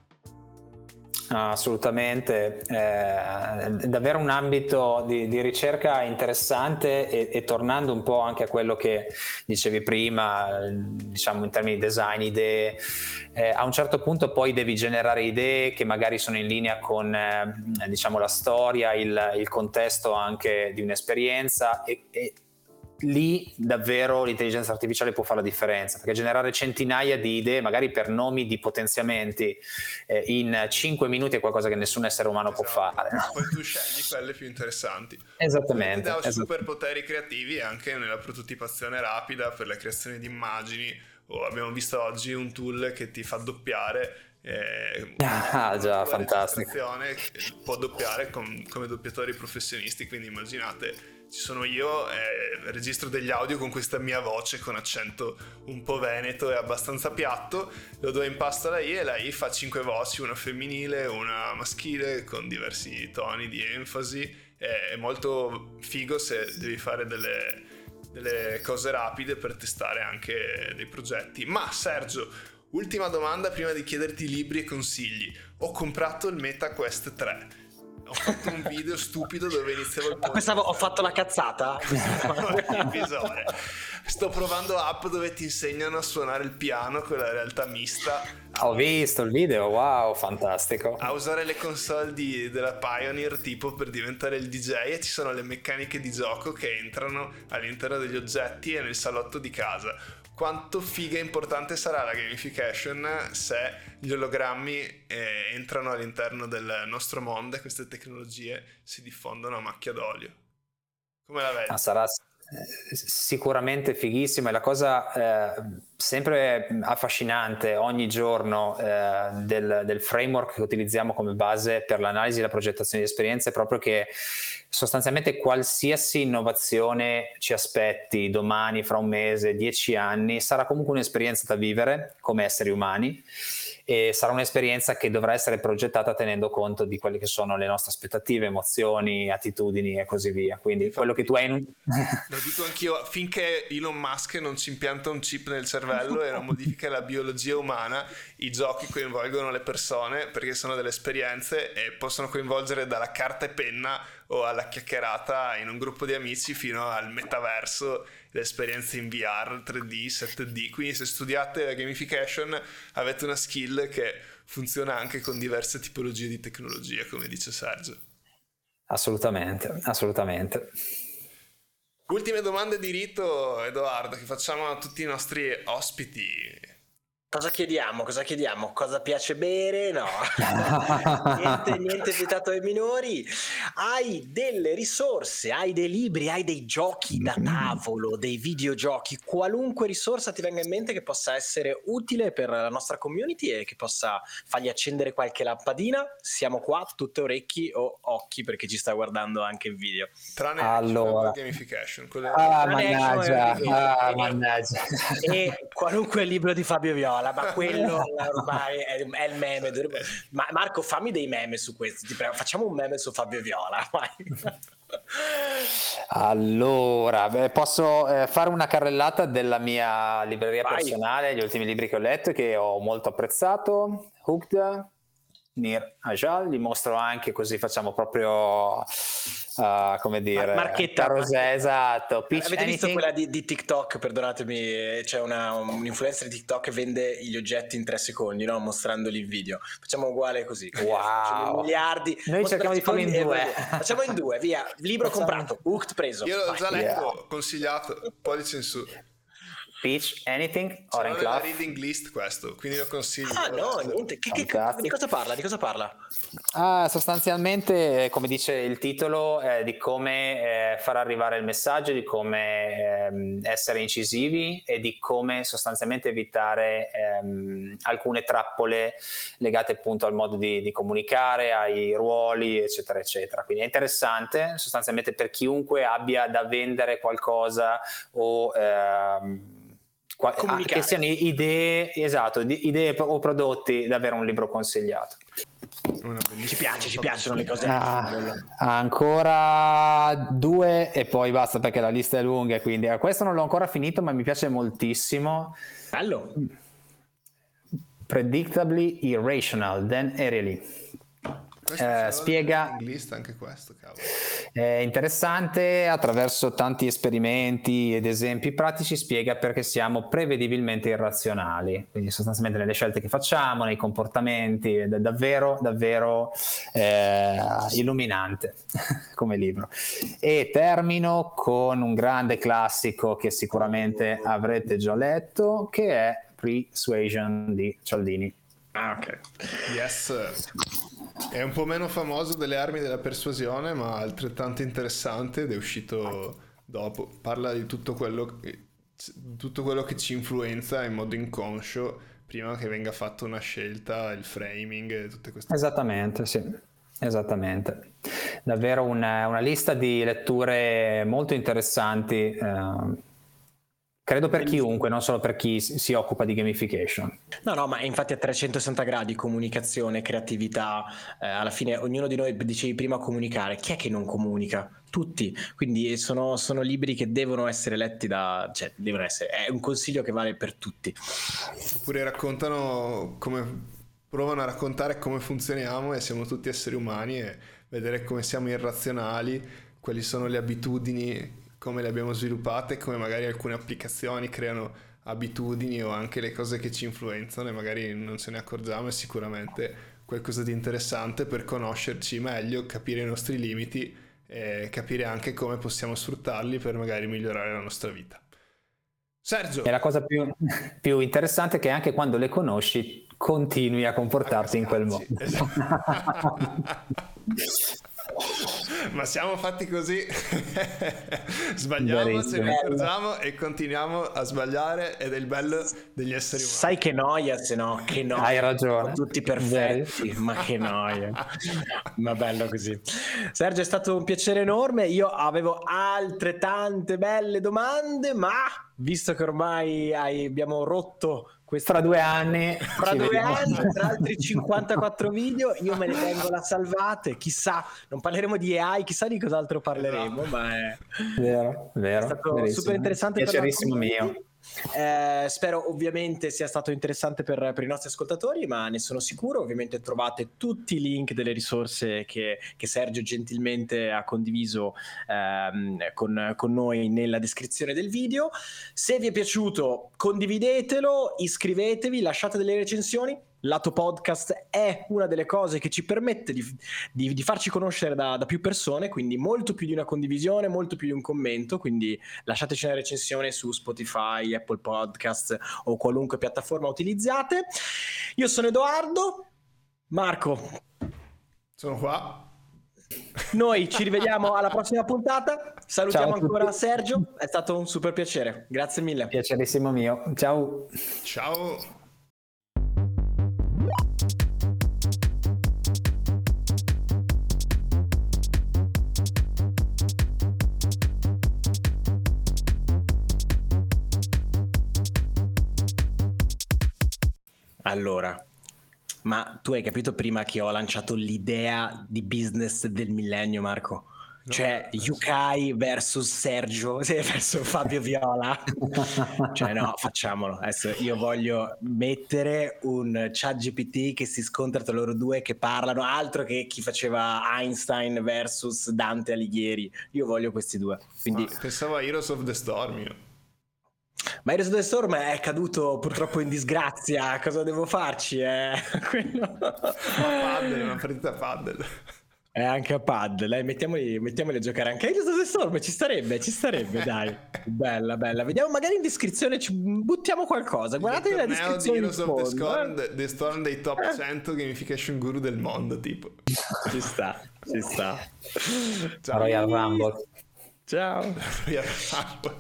Assolutamente, eh, è davvero un ambito di, di ricerca interessante e, e tornando un po' anche a quello che dicevi prima, diciamo in termini di design, idee, eh, a un certo punto poi devi generare idee che magari sono in linea con eh, diciamo la storia, il, il contesto anche di un'esperienza e, e lì davvero l'intelligenza artificiale può fare la differenza, perché generare centinaia di idee magari per nomi di potenziamenti eh, in cinque minuti è qualcosa che nessun essere umano esatto. può fare, no? Poi tu scegli quelle più interessanti. Esattamente, ti dà esatto. superpoteri creativi anche nella prototipazione rapida per la creazione di immagini, o abbiamo visto oggi un tool che ti fa doppiare eh, ah già, fantastico, può doppiare com- come doppiatori professionisti, quindi immaginate ci sono io, eh, registro degli audio con questa mia voce con accento un po' veneto e abbastanza piatto, lo do in pasta alla I e la I fa cinque voci, una femminile, una maschile con diversi toni di enfasi. È molto figo se devi fare delle, delle cose rapide per testare anche dei progetti. Ma Sergio, ultima domanda prima di chiederti libri e consigli. Ho comprato il MetaQuest tre. Ho fatto un video stupido dove iniziavo il podcast. Questa ho fatto la cazzata. Sto provando app dove ti insegnano a suonare il piano con la realtà mista. Ho visto il video, wow, fantastico. A usare le console di, della Pioneer tipo per diventare il D J, e ci sono le meccaniche di gioco che entrano all'interno degli oggetti e nel salotto di casa. quanto figa e importante sarà la gamification se gli ologrammi eh, entrano all'interno del nostro mondo e queste tecnologie si diffondono a macchia d'olio. Come la vedi? Ah, sarà sicuramente fighissima, e la cosa eh, sempre affascinante ogni giorno eh, del, del framework che utilizziamo come base per l'analisi e la progettazione di esperienze è proprio che sostanzialmente qualsiasi innovazione ci aspetti domani, fra un mese, dieci anni, sarà comunque un'esperienza da vivere come esseri umani, e sarà un'esperienza che dovrà essere progettata tenendo conto di quelle che sono le nostre aspettative, emozioni, attitudini e così via. Quindi infatti, quello che tu hai in... lo dico anch'io, finché Elon Musk non ci impianta un chip nel cervello e non modifica la biologia umana, i giochi coinvolgono le persone perché sono delle esperienze e possono coinvolgere dalla carta e penna o alla chiacchierata in un gruppo di amici fino al metaverso, le esperienze in V R, tre D, sette D. Quindi se studiate la gamification avete una skill che funziona anche con diverse tipologie di tecnologia, come dice Sergio. Assolutamente, assolutamente. Ultime domande di rito, Edoardo, che facciamo a tutti i nostri ospiti. Cosa chiediamo? Cosa chiediamo? Cosa piace bere? No, niente, niente vietato ai minori. Hai delle risorse, hai dei libri, hai dei giochi da tavolo, dei videogiochi, qualunque risorsa ti venga in mente che possa essere utile per la nostra community e che possa fargli accendere qualche lampadina. Siamo qua, tutte orecchi o occhi, perché ci sta guardando anche in video. Tranne allora. action, gamification. Quelle... Ah, mannaggia, ah, mannaggia. E qualunque libro di Fabio Viola. Ma quello ormai è, è il meme. Ma Marco, fammi dei meme su questo, ti prego. Facciamo un meme su Fabio Viola. Vai. Allora, beh, posso eh, fare una carrellata della mia libreria Vai. personale, gli ultimi libri che ho letto e che ho molto apprezzato. Hooked, Nir Ajal, li mostro anche, così facciamo proprio uh, come dire, marchetta, marchetta. Esatto. Pitch Avete anything. visto quella di, di TikTok? Perdonatemi, c'è una, un influencer di TikTok che vende gli oggetti in tre secondi, no? Mostrandoli in video. Facciamo uguale così. Wow. Facciamo miliardi. Noi cerchiamo di farlo in due. Facciamo in due, via. Libro Facciamo... comprato, Hooked preso. Io l'ho Vai. già letto, Yeah. consigliato, pollice in su. Pitch Anything, C'è Oren nella Clough. reading list questo, quindi lo consiglio. Ah no, niente. Che, che, di cosa parla? Di cosa parla? Ah, sostanzialmente, come dice il titolo, eh, di come eh, far arrivare il messaggio, di come ehm, essere incisivi e di come sostanzialmente evitare ehm, alcune trappole legate appunto al modo di, di comunicare, ai ruoli, eccetera, eccetera. Quindi è interessante, sostanzialmente per chiunque abbia da vendere qualcosa o... Ehm, Ah, che siano idee, esatto, idee o prodotti, davvero un libro consigliato. Ci piace, ci piacciono le cose. Ah, ancora due e poi basta perché la lista è lunga, quindi eh, questo non l'ho ancora finito, ma mi piace moltissimo. Bello. Predictably Irrational, Dan Ariely. Eh, spiega lista anche questo, cavolo. È interessante, attraverso tanti esperimenti ed esempi pratici spiega perché siamo prevedibilmente irrazionali, quindi sostanzialmente nelle scelte che facciamo, nei comportamenti. È davvero davvero eh, illuminante come libro. E termino con un grande classico che sicuramente avrete già letto, che è Persuasion di Cialdini. Ah, ok. Yes. È un po' meno famoso delle armi della persuasione, ma altrettanto interessante ed è uscito dopo. Parla di tutto quello che, tutto quello che ci influenza in modo inconscio prima che venga fatta una scelta, il framing e tutte queste cose. Esattamente, sì. Esattamente. Davvero una, una lista di letture molto interessanti. Eh, Credo per chiunque, non solo per chi si occupa di gamification. No, no, ma infatti a trecentosessanta gradi, comunicazione, creatività, eh, alla fine ognuno di noi, dicevi prima, comunicare. Chi è che non comunica? Tutti. Quindi sono, sono libri che devono essere letti da... cioè, devono essere... è un consiglio che vale per tutti. Oppure raccontano come... provano a raccontare come funzioniamo e siamo tutti esseri umani e vedere come siamo irrazionali, quali sono le abitudini, come le abbiamo sviluppate, come magari alcune applicazioni creano abitudini o anche le cose che ci influenzano e magari non ce ne accorgiamo. È sicuramente qualcosa di interessante per conoscerci meglio, capire i nostri limiti e capire anche come possiamo sfruttarli per magari migliorare la nostra vita. Sergio. E la cosa più, più interessante è che anche quando le conosci continui a comportarti in quel modo. Ma siamo fatti così. Sbagliamo, ce ne accorgiamo e continuiamo a sbagliare, ed è il bello degli esseri umani. Sai che noia, se no, che noia. Hai ragione. Tutti perfetti, ma che noia. Ma bello così. Sergio, è stato un piacere enorme. Io avevo altre tante belle domande, ma visto che ormai hai, abbiamo rotto questo, fra due anni fra due vediamo. anni tra altri cinquantaquattro video, io me ne tengo la salvate. Chissà, non parleremo di A I, chissà di cos'altro parleremo, no. Ma è vero, vero, è stato verissimo. super interessante. Piacerissimo mio. Eh, spero ovviamente sia stato interessante per, per i nostri ascoltatori, ma ne sono sicuro. Ovviamente trovate tutti i link delle risorse che, che Sergio gentilmente ha condiviso ehm, con, con noi nella descrizione del video. Se vi è piaciuto, condividetelo, iscrivetevi, lasciate delle recensioni. Lato podcast è una delle cose che ci permette di, di, di farci conoscere da, da più persone, quindi molto più di una condivisione, molto più di un commento. Quindi lasciateci una recensione su Spotify, Apple Podcast o qualunque piattaforma utilizzate. Io sono Edoardo. Marco, sono qua. Noi ci rivediamo alla prossima puntata. Salutiamo ancora Sergio, è stato un super piacere, grazie mille. Piacerissimo mio, ciao. Ciao. Allora, ma tu hai capito prima che ho lanciato l'idea di business del millennio, Marco? No, cioè Yukai versus Sergio, verso Fabio Viola. Cioè no, facciamolo. Adesso io voglio mettere un ChatGPT che si scontra tra loro due, che parlano, altro che chi faceva Einstein versus Dante Alighieri. Io voglio questi due. Quindi ah, pensavo a Heroes of the Storm io. Ma Heroes of the Storm è caduto purtroppo in disgrazia, cosa devo farci? Eh? Quello... Paddle, una partita a paddle. È anche a paddle, eh? mettiamoli, mettiamoli a giocare anche a Heroes of the Storm, ci starebbe, ci starebbe, dai. Bella, bella. Vediamo, magari in descrizione ci buttiamo qualcosa. Guardate la descrizione. Heroes of the Storm, eh? the Storm dei top cento gamification guru del mondo, tipo. Ci sta, ci sta. Ciao. Royal Rumble. Ciao. Royal Rumble.